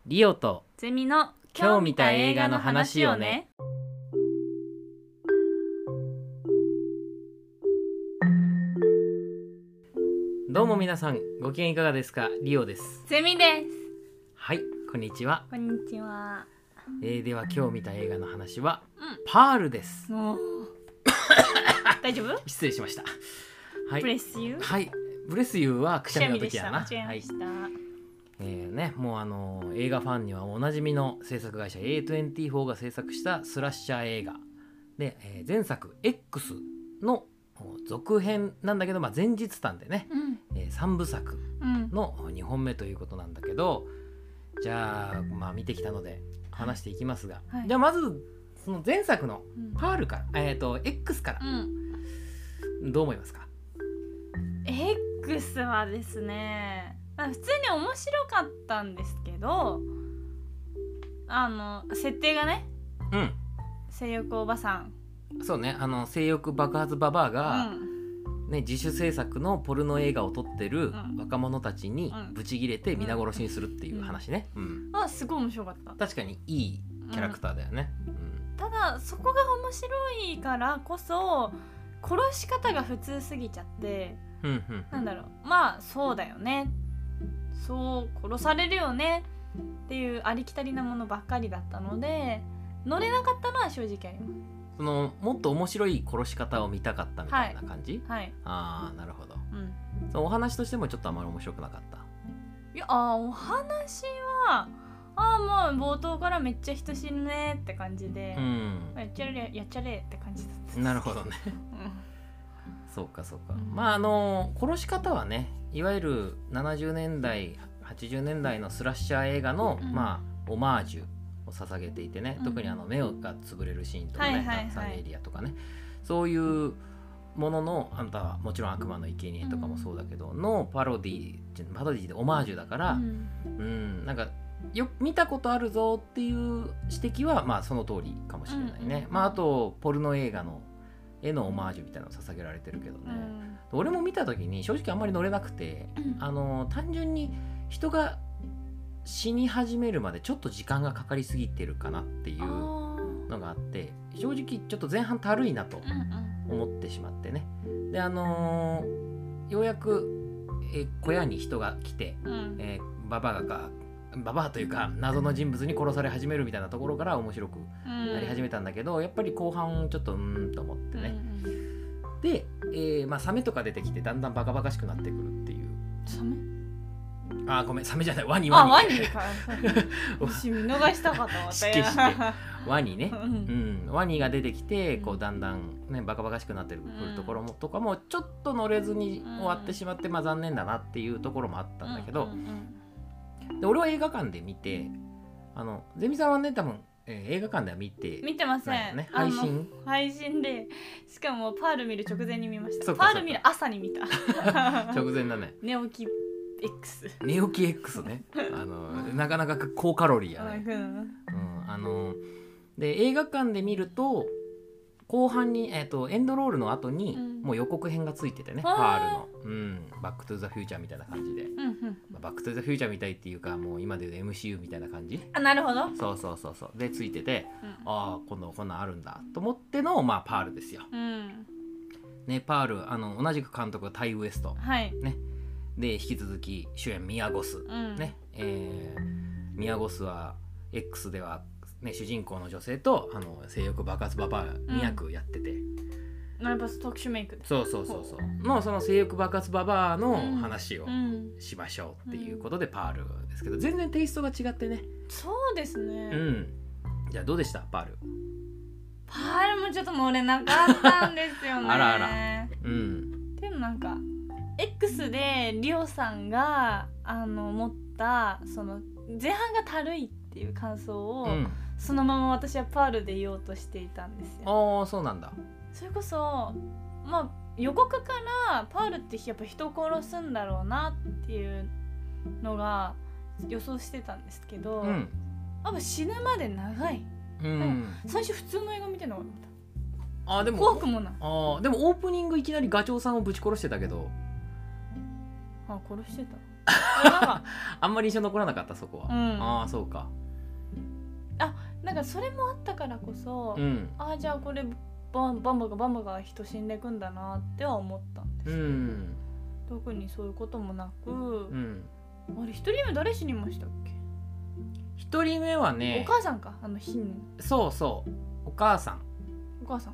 リオとゼミの今日見た映画の話をね。どうも皆さんご機嫌いかがですか。リオです。 ゼミです。 はい、こんにちは。 こんにちは。 では今日見た映画の話は、パールです。 大丈夫？ 失礼しました。はい、 ブレスユー。 はい、ブレスユーはくしゃみの時やな。 間違えました。 もう映画ファンにはおなじみの制作会社 A24 が制作したスラッシャー映画で、前作 X の続編なんだけど、前日譚でね、3部作の2本目ということなんだけど、じゃあ、見てきたので話していきますが、じゃあまずその前作のパールから、X から、どう思いますか？ X はですね、普通に面白かったんですけど、設定がね、性欲おばさん、 そうね、性欲爆発ババアが、自主制作のポルノ映画を撮ってる若者たちにブチギレて皆殺しにするっていう話ね。 すごい面白かった。 確かにいいキャラクターだよね。 ただそこが面白いからこそ殺し方が普通すぎちゃって、なんだろう、そうだよね、そう殺されるよねっていうありきたりなものばっかりだったので乗れなかったのは正直あります。 そのもっと面白い殺し方を見たかったみたいな感じ？ はい。 ああ、なるほど。そのお話としてもちょっとあまり面白くなかった。 いや、お話は冒頭からめっちゃ人死ぬねって感じで、やっちゃれって感じだった。 なるほどね。そうか。殺し方はね、いわゆる70年代80年代のスラッシャー映画の、オマージュを捧げていてね、特に目が潰れるシーンとかね、サンエリアとかね、そういうものの、あんたはもちろん悪魔の生贄とかもそうだけど、のパロディでオマージュだから、なんか見たことあるぞっていう指摘はその通りかもしれないね。あとポルノ映画の絵のオマージュみたいなの捧げられてるけどね、俺も見た時に正直あんまり乗れなくて、単純に人が死に始めるまでちょっと時間がかかりすぎてるかなっていうのがあって、正直ちょっと前半たるいなと思ってしまってね。でようやく、小屋に人が来て、ババアというか謎の人物に殺され始めるみたいなところから面白くなり始めたんだけど、やっぱり後半ちょっとと思ってね、で、サメとか出てきてだんだんバカバカしくなってくるっていう。 サメ？ ごめん、サメじゃない、ワニワニか。私見逃したかと思った。 してワニね、ワニが出てきてこうだんだんねバカバカしくなってくるところもとかもちょっと乗れずに終わってしまって、残念だなっていうところもあったんだけど、で俺は映画館で見て、ゼミさんはね多分、映画館では見てません、 ね、 配信で、しかもパール見る直前に見ました。パール見る朝に見た。 直前だね。 寝起き X ね。なかなか高カロリーやね。で映画館で見ると後半に、エンドロールの後に、もう予告編がついててね、パールの、バックトゥザフューチャーみたいな感じで、バックトゥザフューチャーみたいっていうか、もう今でいう MCU みたいな感じ。 なるほど。 そうでついてて、今度こんなんあるんだと思っての、パールですよ。ね、パール同じく監督はタイ・ウエスト、ね、で引き続き主演ミア・ゴス、ね、ミア・ゴスは X ではね、主人公の女性と性欲爆発ババア2役やってて、 やっぱ特殊メイクで、 そうのその性欲爆発ババアの話をしましょうっていうことでパールですけど、全然テイストが違ってね。 そうですね。 じゃあどうでしたパール？ パールもちょっと乗れなかったんですよね。 あら。 でもなんか X でリオさんが持ったその前半がたるいっていう感想を、そのまま私はパールで言おうとしていたんですよ。 そうなんだ。 それこそ予告からパールってやっぱ人を殺すんだろうなっていうのが予想してたんですけど、やっぱ死ぬまで長い。最初普通の映画見てんのかと思った。でも怖くもない。 でもオープニングいきなりガチョウさんをぶち殺してたけど。 殺してた。 あんまり印象残らなかったそこは、ああそうか。 なんかそれもあったからこそ、じゃあこれバンバが人死んでくんだなっては思ったんですけど、特にそういうこともなく、あれ一人目誰死にましたっけ？ 一人目はね、 お母さんか、 そうそうお母さん、お母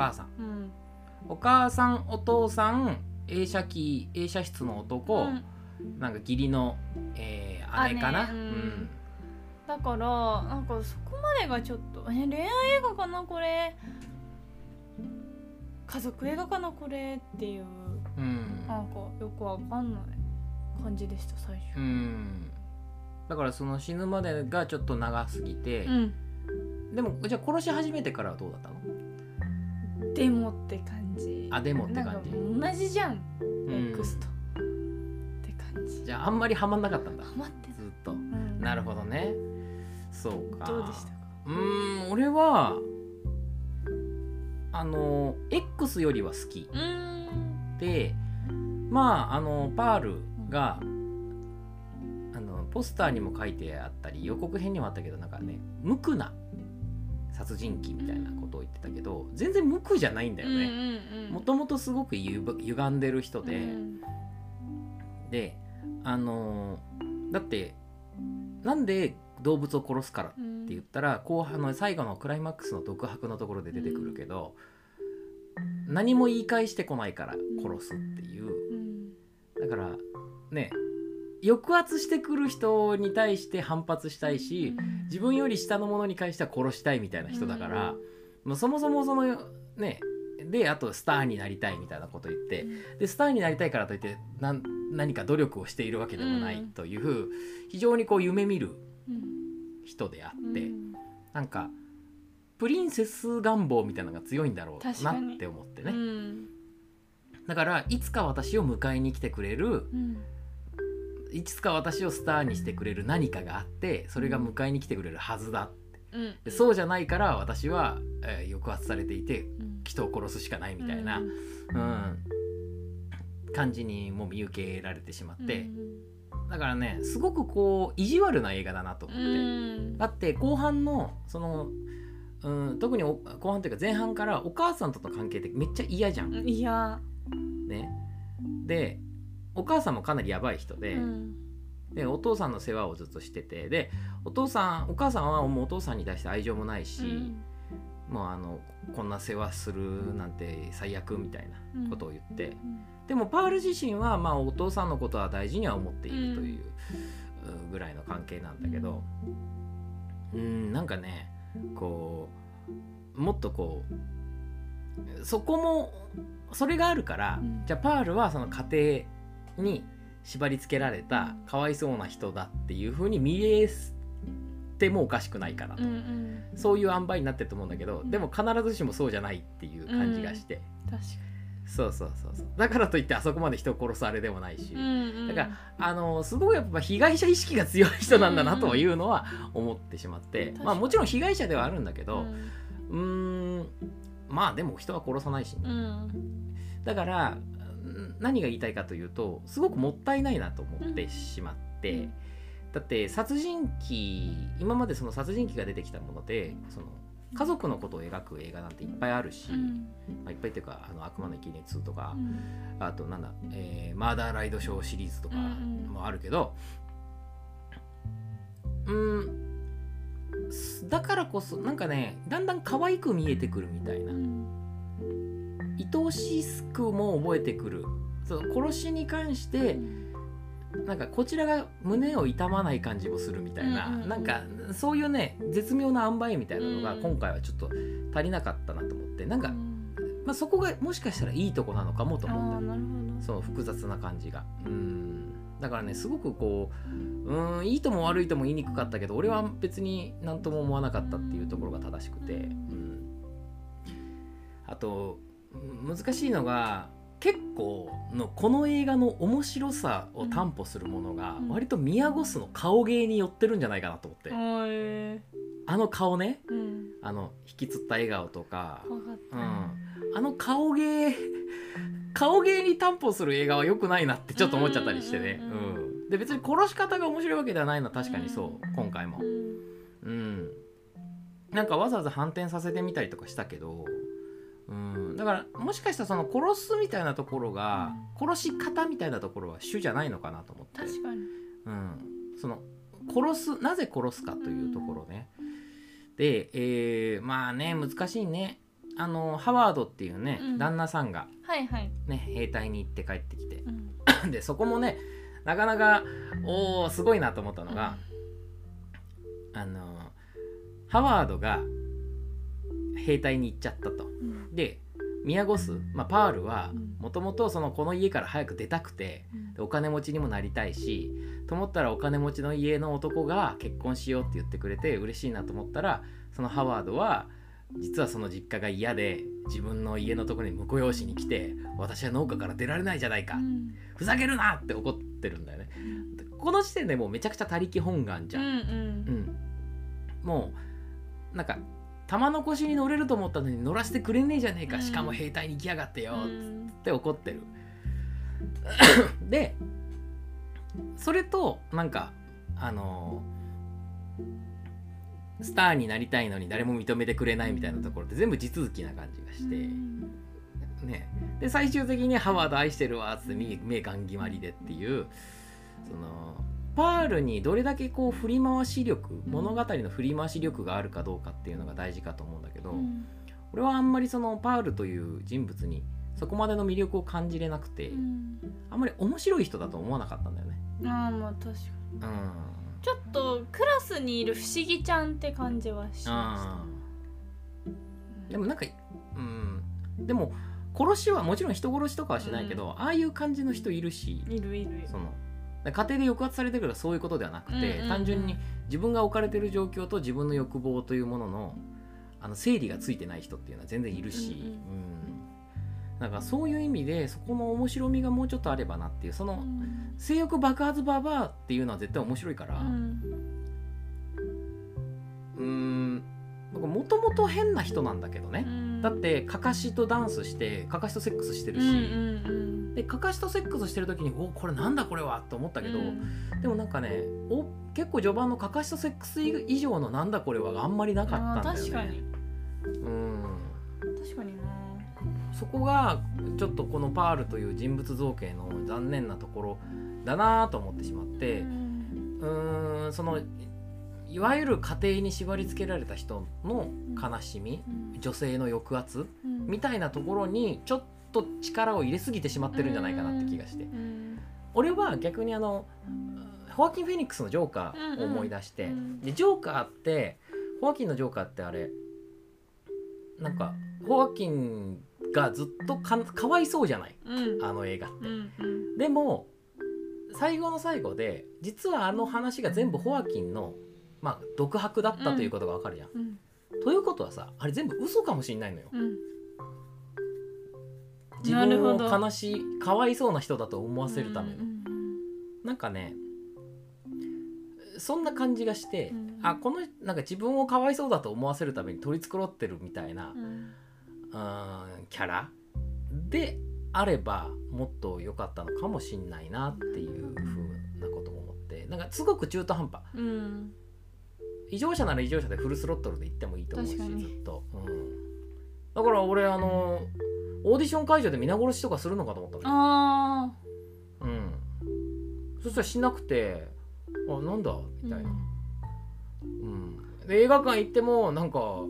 さんお父さん映写室の男、なんか義理の、姉かな、 だからなんかそこまでがちょっと恋愛映画かなこれ、家族映画かなこれっていう、なんかよくわかんない感じでした最初。 だからその死ぬまでがちょっと長すぎて、でもじゃあ殺し始めてからはどうだったの？ でもって感じ。 でもって感じ。 同じじゃん、X とって感じ。 じゃああんまりハマんなかったんだ。 ハマってずっと、なるほどね。そうか。 どうでしたか？ 俺はX よりは好きで、まあパールがポスターにも書いてあったり予告編にもあったけど、なんかね無垢な殺人鬼みたいなことを言ってたけど、全然無垢じゃないんだよね。もともとすごく歪んでる人で、でだってなんで動物を殺すからって言ったら、後半の最後のクライマックスの独白のところで出てくるけど、何も言い返してこないから殺すっていう、だからね抑圧してくる人に対して反発したいし、自分より下の者に対しては殺したいみたいな人だから、もうそもそもそのねで、あとスターになりたいみたいなこと言って、でスターになりたいからといって何か努力をしているわけでもないという、非常にこう夢見る人であって、なんかプリンセス願望みたいなのが強いんだろうなって思ってね、だからいつか私を迎えに来てくれる、いつか私をスターにしてくれる何かがあって、それが迎えに来てくれるはずだって、そうじゃないから私は、抑圧されていて人を殺すしかないみたいな、感じにも見受けられてしまって、だからねすごくこう意地悪な映画だなと思って、だって後半のその特に後半というか前半からお母さんとの関係ってめっちゃ嫌じゃん。 嫌ね。でお母さんもかなりやばい人で、でお父さんの世話をずっとしてて、でお母さんはもうお父さんに対して愛情もないし、もうこんな世話するなんて最悪みたいなことを言って、でもパール自身はまあお父さんのことは大事には思っているというぐらいの関係なんだけど、なんかねこうもっとこうそこもそれがあるから、じゃあパールはその家庭に縛り付けられたかわいそうな人だっていう風に見えてもおかしくないかなと、そういう塩梅になってると思うんだけど、でも必ずしもそうじゃないっていう感じがして、 確かにそうだからといってあそこまで人を殺すあれでもないし、だからすごいやっぱ被害者意識が強い人なんだなというのは思ってしまって、まあもちろん被害者ではあるんだけど、まあでも人は殺さないしね、だから何が言いたいかというと、すごくもったいないなと思ってしまって、だって殺人鬼、今までその殺人鬼が出てきたものでその家族のことを描く映画なんていっぱいあるし、まあ、いっぱいっていうか悪魔の生贄2とか、あとなんだ、マーダーライドショーシリーズとかもあるけど、だからこそなんかねだんだん可愛く見えてくるみたいな、愛おしくも覚えてくる、その殺しに関してなんかこちらが胸を痛まない感じもするみたいな、なんかそういうね絶妙な塩梅みたいなのが今回はちょっと足りなかったなと思って、なんか、まあ、そこがもしかしたらいいとこなのかもと思って、その複雑な感じが、だからねすごくこういいとも悪いとも言いにくかったけど、俺は別に何とも思わなかったっていうところが正しくて、あと難しいのが結構のこの映画の面白さを担保するものが割とミヤゴスの顔芸に寄ってるんじゃないかなと思って、あの顔ね、引きつった笑顔とか、あの顔芸に担保する映画は良くないなってちょっと思っちゃったりしてね、 で別に殺し方が面白いわけではないのは確かにそう、今回もなんかわざわざ反転させてみたりとかしたけど、だからもしかしたらその殺すみたいなところが、殺し方みたいなところは主じゃないのかなと思って。 確かに、 そのなぜ殺すかというところね、で、まあね難しいね。ハワードっていうね、旦那さんが、兵隊に行って帰ってきて、でそこもねなかなかすごいなと思ったのが、ハワードが兵隊に行っちゃったと、でミアゴス、パールはもともとこの家から早く出たくて、お金持ちにもなりたいしと思ったら、お金持ちの家の男が結婚しようって言ってくれて嬉しいなと思ったら、そのハワードは実はその実家が嫌で自分の家のところに婿養子に来て、私は農家から出られないじゃないか、ふざけるなって怒ってるんだよね。この時点でもうめちゃくちゃ他力本願じゃん。もうなんか玉の腰に乗れると思ったのに乗らせてくれねえじゃねえか、しかも兵隊に来やがってよって怒ってる。でそれとなんかスターになりたいのに誰も認めてくれないみたいなところって全部地続きな感じがして、ね、で最終的にハワード愛してるわっつって目がん決まりでっていう、パールにどれだけこう振り回し力、物語の振り回し力があるかどうかっていうのが大事かと思うんだけど、俺はあんまりパールという人物にそこまでの魅力を感じれなくて、あんまり面白い人だと思わなかったんだよね。 まあ確かに、ちょっとクラスにいる不思議ちゃんって感じはしました。 でもなんかでも殺しはもちろん人殺しとかはしないけど、ああいう感じの人いるし、 いる家庭で抑圧されてるからそういうことではなくて、単純に自分が置かれてる状況と自分の欲望というものの整理がついてない人っていうのは全然いるし、だからそういう意味でそこの面白みがもうちょっとあればなっていう、性欲爆発ババアっていうのは絶対面白いから、もともと変な人なんだけどね、だってカカシとダンスしてカカシとセックスしてるし、でカカシとセックスしてる時にこれなんだこれはって思ったけど、でもなんかね結構序盤のカカシとセックス以上のなんだこれはがあんまりなかったんだよね。 確かに確かにな。 そこがちょっとこのパールという人物造形の残念なところだなと思ってしまって、いわゆる家庭に縛り付けられた人の悲しみ、女性の抑圧みたいなところにちょっと力を入れすぎてしまってるんじゃないかなって気がして、俺は逆にホアキン・フェニックスのジョーカーを思い出して、でジョーカーってホアキンのジョーカーってあれなんかホアキンがずっとかわいそうじゃない、あの映画って、でも最後の最後で実はあの話が全部ホアキンの独白だったということがわかるじゃん、ということはさ、あれ全部嘘かもしんないのよ、自分をかわいそうな人だと思わせるための、なんかねそんな感じがして、このなんか自分をかわいそうだと思わせるために取り繕ってるみたいな、キャラであればもっと良かったのかもしんないなっていう風なことも思って、なんかすごく中途半端、異常者なら異常者でフルスロットルで行ってもいいと思うし、ずっと、だから俺オーディション会場で皆殺しとかするのかと思ったの。そしたらしなくて、なんだみたいな、で映画館行ってもなんか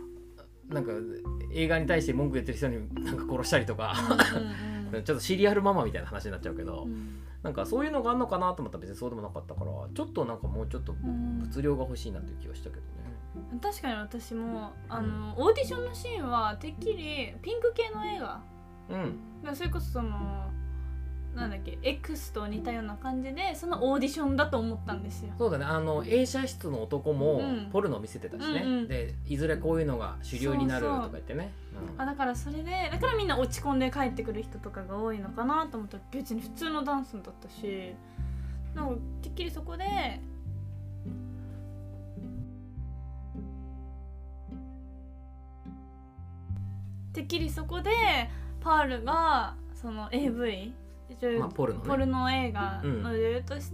映画に対して文句言ってる人になんか殺したりとかちょっとシリアルママみたいな話になっちゃうけど、なんかそういうのがあるのかなと思ったら別にそうでもなかったから、ちょっとなんかもうちょっと物量が欲しいなっていう気はしたけどね。 確かに私もオーディションのシーンはてっきりピンク系の映画、それこそなんだっけ X と似たような感じでそのオーディションだと思ったんですよ。 そうだね、映写室の男もポルノ見せてたしね、でいずれこういうのが主流になるとか言ってね、 だからそれでだからみんな落ち込んで帰ってくる人とかが多いのかなと思ったら別に普通のダンスだったし、なんかてっきりそこでパールがその AV ポルノね、 ポルノ映画の女優として、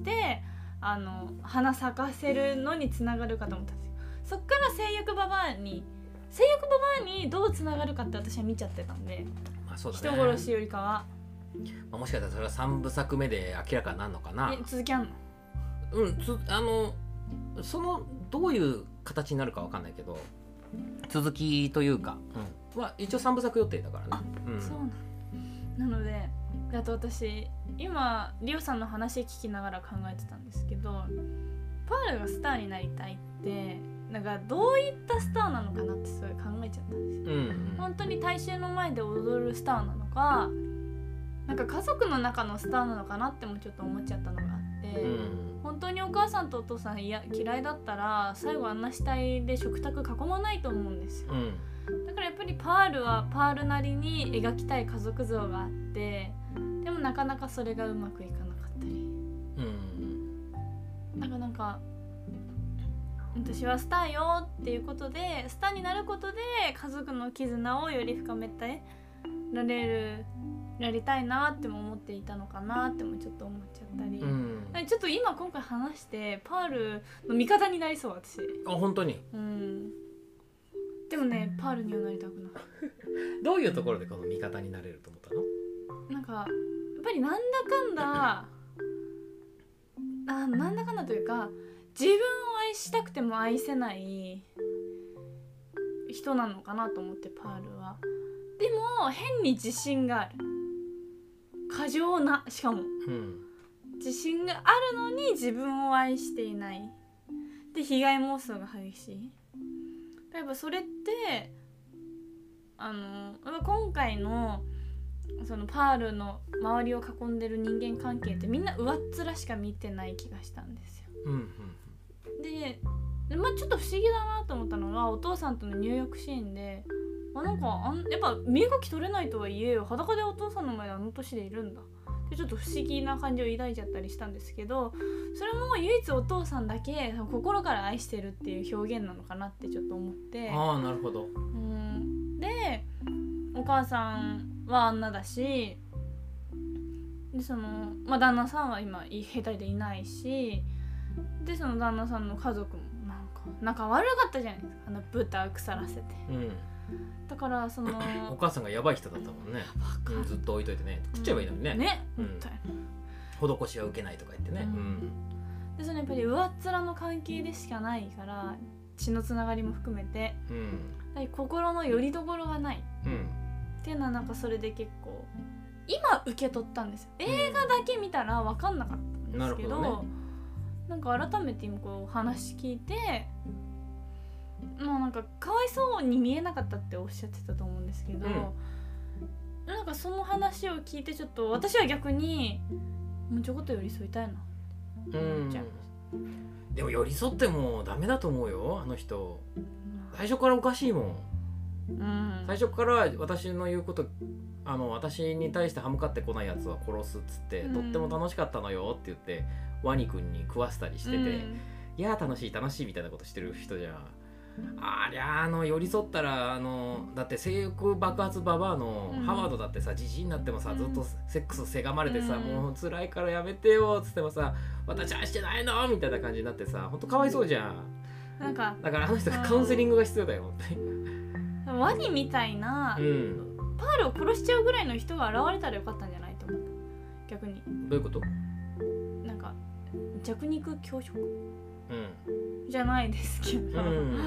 花咲かせるのにつながるかと思ったんですよ。そっから性欲ババアにどうつながるかって私は見ちゃってたんで、 そうだね、 人殺しよりかは、 もしかしたらそれは3部作目で明らかになるのかな。 続きあんの？そのどういう形になるかわかんないけど、続きというか、は一応3部作予定だからね。 そうなので、あと私今リオさんの話聞きながら考えてたんですけど、パールがスターになりたいってなんかどういったスターなのかなってすごい考えちゃったんですよ、本当に大衆の前で踊るスターなのか、なんか家族の中のスターなのかなってもちょっと思っちゃったのがあって、本当にお母さんとお父さん嫌いだったら最後あんな死体で食卓囲まないと思うんですよ、だからやっぱりパールはパールなりに描きたい家族像があって、でもなかなかそれがうまくいかなかったり、なんか私はスターよっていうことで、スターになることで家族の絆をより深めてやりたいなっても思っていたのかなってもちょっと思っちゃったり、ちょっと今回話してパールの味方になりそう私。 本当に。 でもね、パールにはなりたくないどういうところでこの味方になれると思ったの？ なんかやっぱりなんだかんだというか、自分を愛したくても愛せない人なのかなと思って、パールは。でも変に自信がある、過剰な、しかも、自信があるのに自分を愛していないで、被害妄想が激しい。やっぱそれって今回のそのパールの周りを囲んでる人間関係ってみんな上っ面しか見てない気がしたんですよ、でちょっと不思議だなと思ったのが、お父さんとの入浴シーンでなんかやっぱ身動き取れないとはいえ裸でお父さんの前であの年でいるんだで、ちょっと不思議な感じを抱いちゃったりしたんですけど、それも唯一お父さんだけ心から愛してるっていう表現なのかなってちょっと思って。 なるほど。 でお母さんはあんなだし、で旦那さんは今兵隊でいないし、でその旦那さんの家族も仲悪かったじゃないですか、豚腐らせて、だからお母さんがやばい人だったもんね、ずっと置いといてね、食っちゃえばいいのにね、施しは受けないとか言ってね、でやっぱり上っ面の関係でしかないから、血のつながりも含めて、心の拠り所がない、っていうのはなんかそれで結構今受け取ったんですよ。映画だけ見たら分かんなかったんですけど、なんか改めて今こう話聞いて、なんかかわいそうに見えなかったっておっしゃってたと思うんですけど、なんかその話を聞いてちょっと私は逆にもうちょこっと寄り添いたいなって思っちゃいます。でも寄り添ってもダメだと思うよ、あの人。最初からおかしいもん。最初から私の言うこと私に対して歯向かってこないやつは殺すっつって、とっても楽しかったのよって言ってワニ君に食わせたりしてて、いや楽しい楽しいみたいなことしてる人じゃん。ありゃ寄り添ったらだって性欲爆発ババアのハワードだってさ、じじいになってもさずっとセックスせがまれてさ、もう辛いからやめてよっつってもさ、私はしてないのみたいな感じになってさ、ほんとかわいそうじゃん。だからあの人カウンセリングが必要だよ、本当に。ワニみたいな、パールを殺しちゃうぐらいの人が現れたらよかったんじゃないと思った。逆に。どういうこと？なんか弱肉強食、じゃないですけど、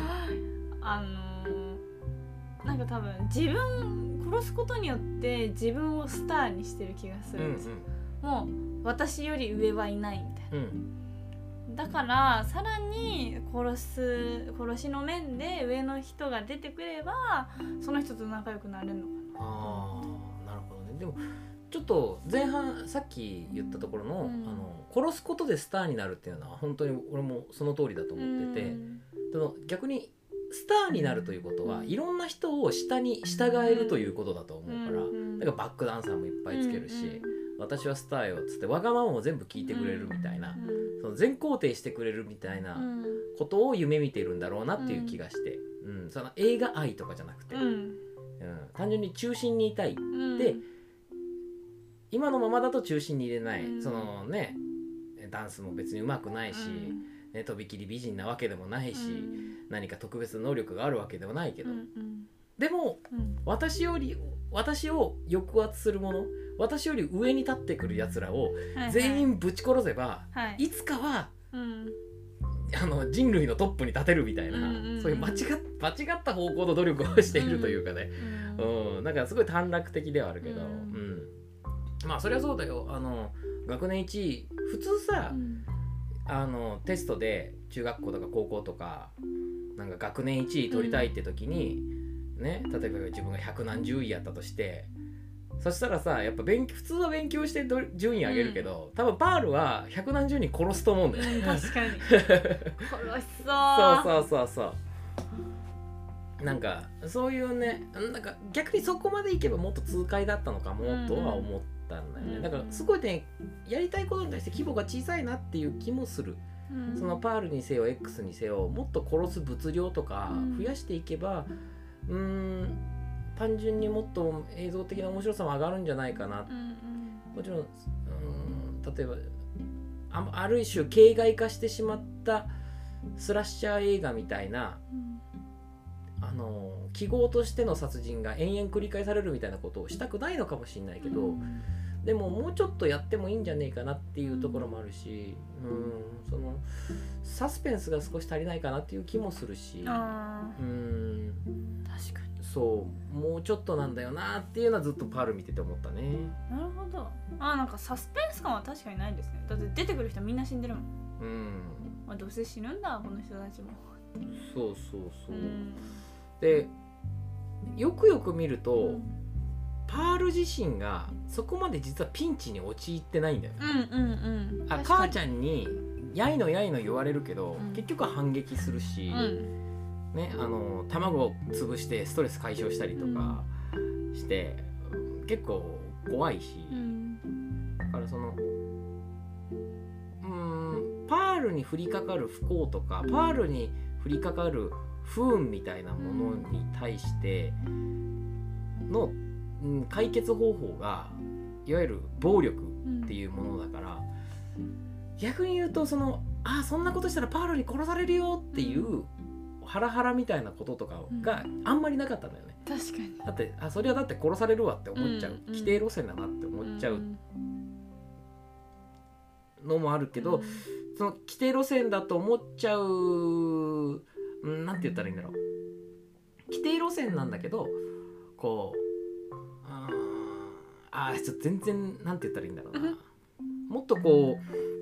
なんか多分自分殺すことによって自分をスターにしてる気がするんですよ、もう私より上はいないみたいな、だからさらに殺しの面で上の人が出てくればその人と仲良くなれるのかな。なるほどね。でもちょっと前半さっき言ったところの、殺すことでスターになるっていうのは本当に俺もその通りだと思ってて、逆にスターになるということはいろんな人を下に従えるということだと思うから、だからバックダンサーもいっぱいつけるし、私はスターよっつってわがままも全部聞いてくれるみたいな、その全肯定してくれるみたいなことを夢見てるんだろうなっていう気がして、その映画愛とかじゃなくて、単純に中心にいたいって今のままだと中心に入れない、そのねダンスも別に上手くないし、ね、とびきり美人なわけでもないし、何か特別能力があるわけでもないけど、でも、私を抑圧するもの、私より上に立ってくるやつらを全員ぶち殺せば、いつかは、人類のトップに立てるみたいな、そういう間違った方向の努力をしているというかね、だからすごい短絡的ではあるけど、まあそりゃそうだよ。学年1位普通さ、テストで中学校とか高校とかなんか学年1位取りたいって時に、ね、例えば自分が百何十位やったとして、そしたらさやっぱ普通は勉強して順位上げるけど、多分パールは百何十人殺すと思うんだよね、 確かに殺しそうそうなんかそういうね、なんか逆にそこまでいけばもっと痛快だったのかもとは思ったんだよね、だからすごいねやりたいことに対して規模が小さいなっていう気もする、そのパールにせよ X にせよもっと殺す物量とか増やしていけば、単純にもっと映像的な面白さも上がるんじゃないかな、もちろん、例えばある種形骸化してしまったスラッシャー映画みたいな、記号としての殺人が延々繰り返されるみたいなことをしたくないのかもしれないけど、でももうちょっとやってもいいんじゃねえかなっていうところもあるし、そのサスペンスが少し足りないかなっていう気もするし、確かにそうもうちょっとなんだよなっていうのはずっとパール見てて思ったね。 なるほど。なんかサスペンス感は確かにないですね。だって出てくる人みんな死んでるもん。どうせ死ぬんだこの人たちも。 そう、でよくよく見ると、パール自身がそこまで実はピンチに陥ってないんだよね。母ちゃんにやいのやいの言われるけど、結局は反撃するし、ね、卵を潰してストレス解消したりとかして、結構怖いし、だからそのパールに降りかかる不幸とか、パールに降りかかる不運みたいなものに対しての、解決方法がいわゆる暴力っていうものだから、逆に言うとそんなことしたらパールに殺されるよっていうハラハラみたいなこととかがあんまりなかったんだよね。 確かに。 だってそれはだって殺されるわって思っちゃう、規定路線だなって思っちゃうのもあるけど、その規定路線だと思っちゃう、なんて言ったらいいんだろう、規定路線なんだけどこうちょっと全然なんて言ったらいいんだろうな、もっとこ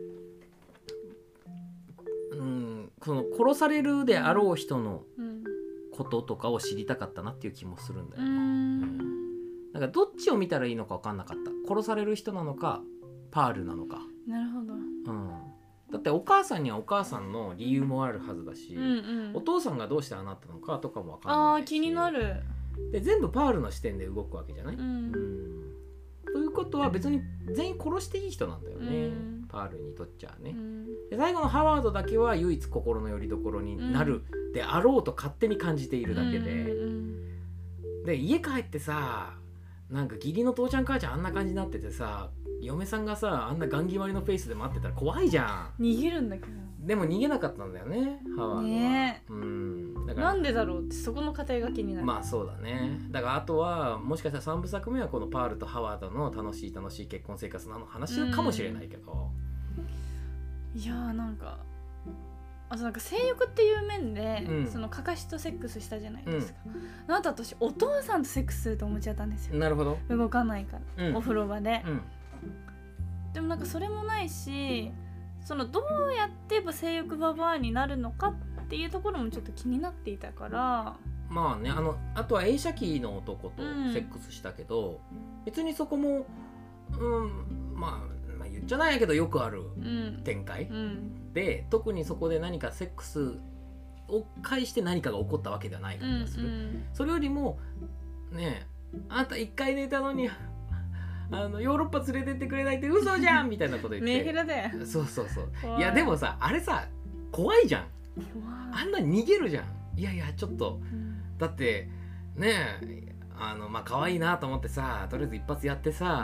う、この殺されるであろう人のこととかを知りたかったなっていう気もするんだよね。だからどっちを見たらいいのか分かんなかった。殺される人なのかパールなのか。 なるほど。 だってお母さんにはお母さんの理由もあるはずだし、お父さんがどうしてああなったのかとかも分かんないし、 気になる。で全部パールの視点で動くわけじゃない、ということは別に全員殺していい人なんだよね、パールにとっちゃね、で最後のハワードだけは唯一心の拠り所になるであろうと勝手に感じているだけで、で家帰ってさ、なんか義理の父ちゃん母ちゃんあんな感じになっててさ、嫁さんがさあんなガン決まりのフェイスで待ってたら怖いじゃん。 逃げるんだけど、 でも逃げなかったんだよね、ハワードはね。 だからなんでだろうってそこの過程が気になる。 まあそうだね。だからあとはもしかしたら3部作目はこのパールとハワードの楽しい結婚生活の話かもしれないけど、 いやなんかなんか性欲っていう面で、そのカカシとセックスしたじゃないですか、あと私お父さんとセックスすると思っちゃったんですよ。 なるほど。 動かないから、お風呂場で、でもなんかそれもないし、そのどうやって性欲ババアになるのかっていうところもちょっと気になっていたから、 まあね、あとは映写機の男とセックスしたけど、別にそこも、まあ言っちゃないけどよくある展開、で特にそこで何かセックスを介して何かが起こったわけではない感じがする、それよりもね、あんた一回寝たのにヨーロッパ連れてってくれないって嘘じゃんみたいなこと言ってメンヘラだよ。 そういやでもさ、あれさ怖いじゃん、あんな逃げるじゃん。いやちょっと、だってねまあ可愛いなと思ってさ、とりあえず一発やってさ、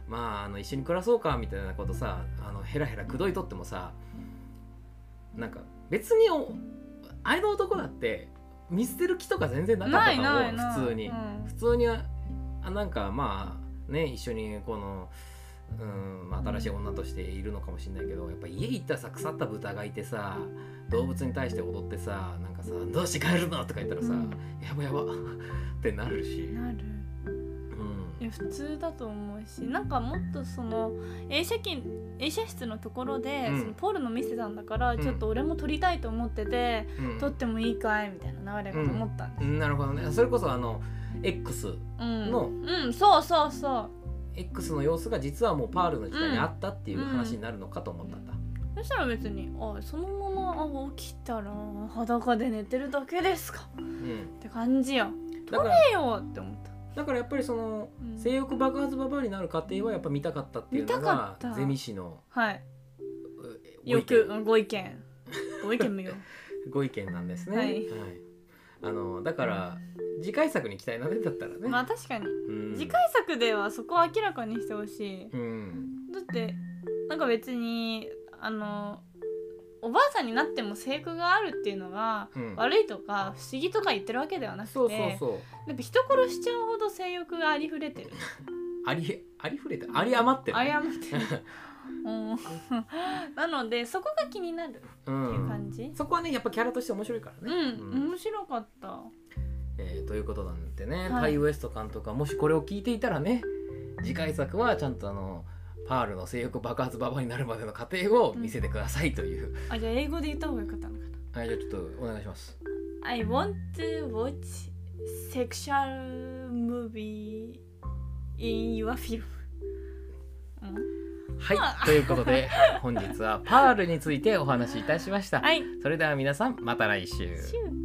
まあ、一緒に暮らそうかみたいなことさヘラヘラ口説いとってもさなんか別にあれの男だって見捨てる気とか全然なかったと思う。 ない普通に、普通になんかまあね一緒にこのまあ、新しい女としているのかもしれないけどやっぱ家行ったらさ腐った豚がいてさ動物に対して踊ってさなんかさどうして帰るのとか言ったらさ、やばやばってなるしいや普通だと思うしなんかもっとその映写室のところで、そのポールの見せたんだから、ちょっと俺も撮りたいと思ってて、撮ってもいいかいみたいな流れかと思ったんです、 なるほどね。それこそX の、 そうそうそう X の様子が実はもうパールの時代にあったっていう話になるのかと思ったんだ、 そしたら別にそのまま起きたら裸で寝てるだけですか、って感じよ。撮れよって思った。 だからやっぱりその、性欲爆発ババアになる過程はやっぱ見たかったっていうのがゼミ氏の、 ご意見無よご意見なんですね。だから次回作に期待なんでだったらね。 まあ確かに、次回作ではそこを明らかにしてほしい、だってなんか別におばあさんになっても性欲があるっていうのが、悪いとか不思議とか言ってるわけではなくて、やっぱ人殺しちゃうほど性欲がありふれてるありふれてるあり余ってるなのでそこが気になるっていう感じ、そこはねやっぱキャラとして面白いからね。面白かった、ということなんでね、タイ・ウエスト監督はもしこれを聞いていたらね次回作はちゃんとパールの性欲爆発ババアになるまでの過程を見せてくださいという、じゃあ英語で言った方がよかったのかな。じゃあちょっとお願いします。 I want to watch sexual movie in your film、はい、ということで本日はパールについてお話しいたしました。それでは皆さんまた来週。